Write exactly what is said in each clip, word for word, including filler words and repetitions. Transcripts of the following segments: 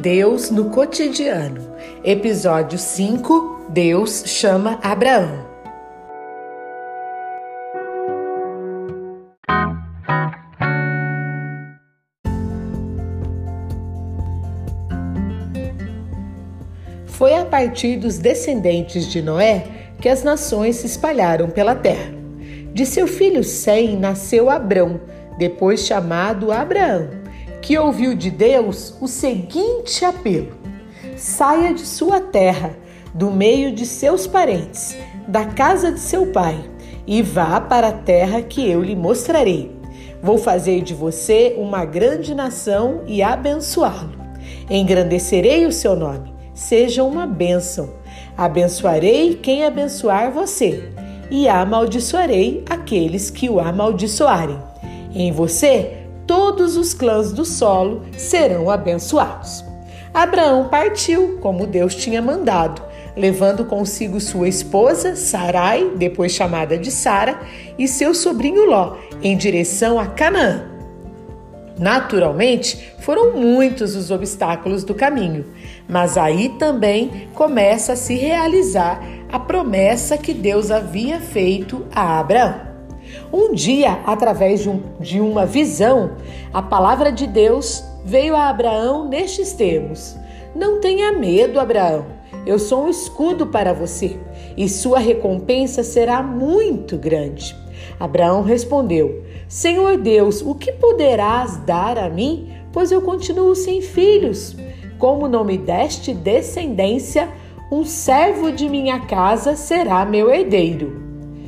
Deus no cotidiano. Episódio cinco, Deus chama Abraão. Foi a partir dos descendentes de Noé que as nações se espalharam pela terra. De seu filho Sem nasceu Abrão, depois chamado Abraão, que ouviu de Deus o seguinte apelo: saia de sua terra, do meio de seus parentes, da casa de seu pai, e vá para a terra que eu lhe mostrarei. Vou fazer de você uma grande nação e abençoá-lo. Engrandecerei o seu nome. Seja uma bênção. Abençoarei quem abençoar você, e amaldiçoarei aqueles que o amaldiçoarem. Em você, todos os clãs do solo serão abençoados. Abraão partiu, como Deus tinha mandado, levando consigo sua esposa, Sarai, depois chamada de Sara, e seu sobrinho Ló, em direção a Canaã. Naturalmente, foram muitos os obstáculos do caminho, mas aí também começa a se realizar a promessa que Deus havia feito a Abraão. Um dia, através de, um, de uma visão, a palavra de Deus veio a Abraão nestes termos: não tenha medo, Abraão, eu sou um escudo para você, e sua recompensa será muito grande. Abraão respondeu: Senhor Deus, o que poderás dar a mim, pois eu continuo sem filhos? Como não me deste descendência, um servo de minha casa será meu herdeiro.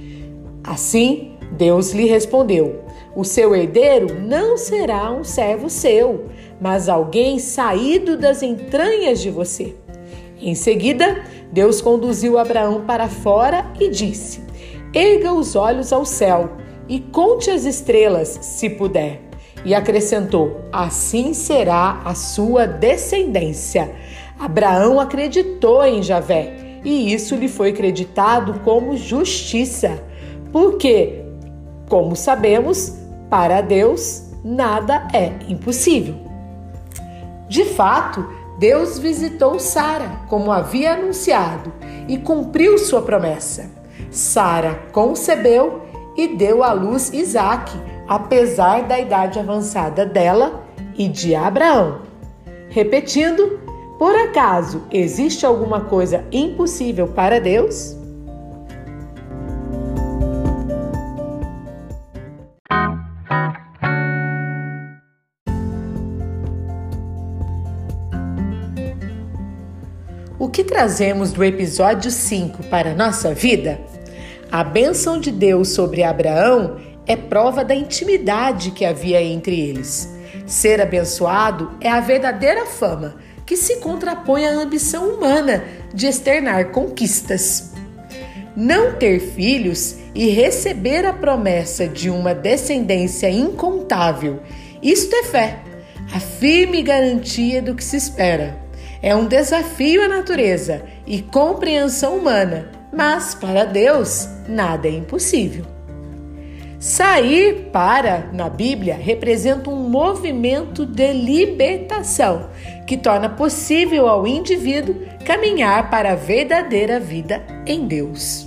Assim, Deus lhe respondeu: o seu herdeiro não será um servo seu, mas alguém saído das entranhas de você. Em seguida, Deus conduziu Abraão para fora e disse: erga os olhos ao céu e conte as estrelas, se puder. E acrescentou: assim será a sua descendência. Abraão acreditou em Javé, e isso lhe foi creditado como justiça. Porque, como sabemos, para Deus nada é impossível. De fato, Deus visitou Sara, como havia anunciado, e cumpriu sua promessa. Sara concebeu e deu à luz Isaque, apesar da idade avançada dela e de Abraão. Repetindo, por acaso existe alguma coisa impossível para Deus? O que trazemos do episódio cinco para a nossa vida? A bênção de Deus sobre Abraão é prova da intimidade que havia entre eles. Ser abençoado é a verdadeira fama, que se contrapõe à ambição humana de externar conquistas. Não ter filhos e receber a promessa de uma descendência incontável, isto é fé, a firme garantia do que se espera. É um desafio à natureza e compreensão humana, mas para Deus nada é impossível. Sair para, na Bíblia, representa um movimento de libertação que torna possível ao indivíduo caminhar para a verdadeira vida em Deus.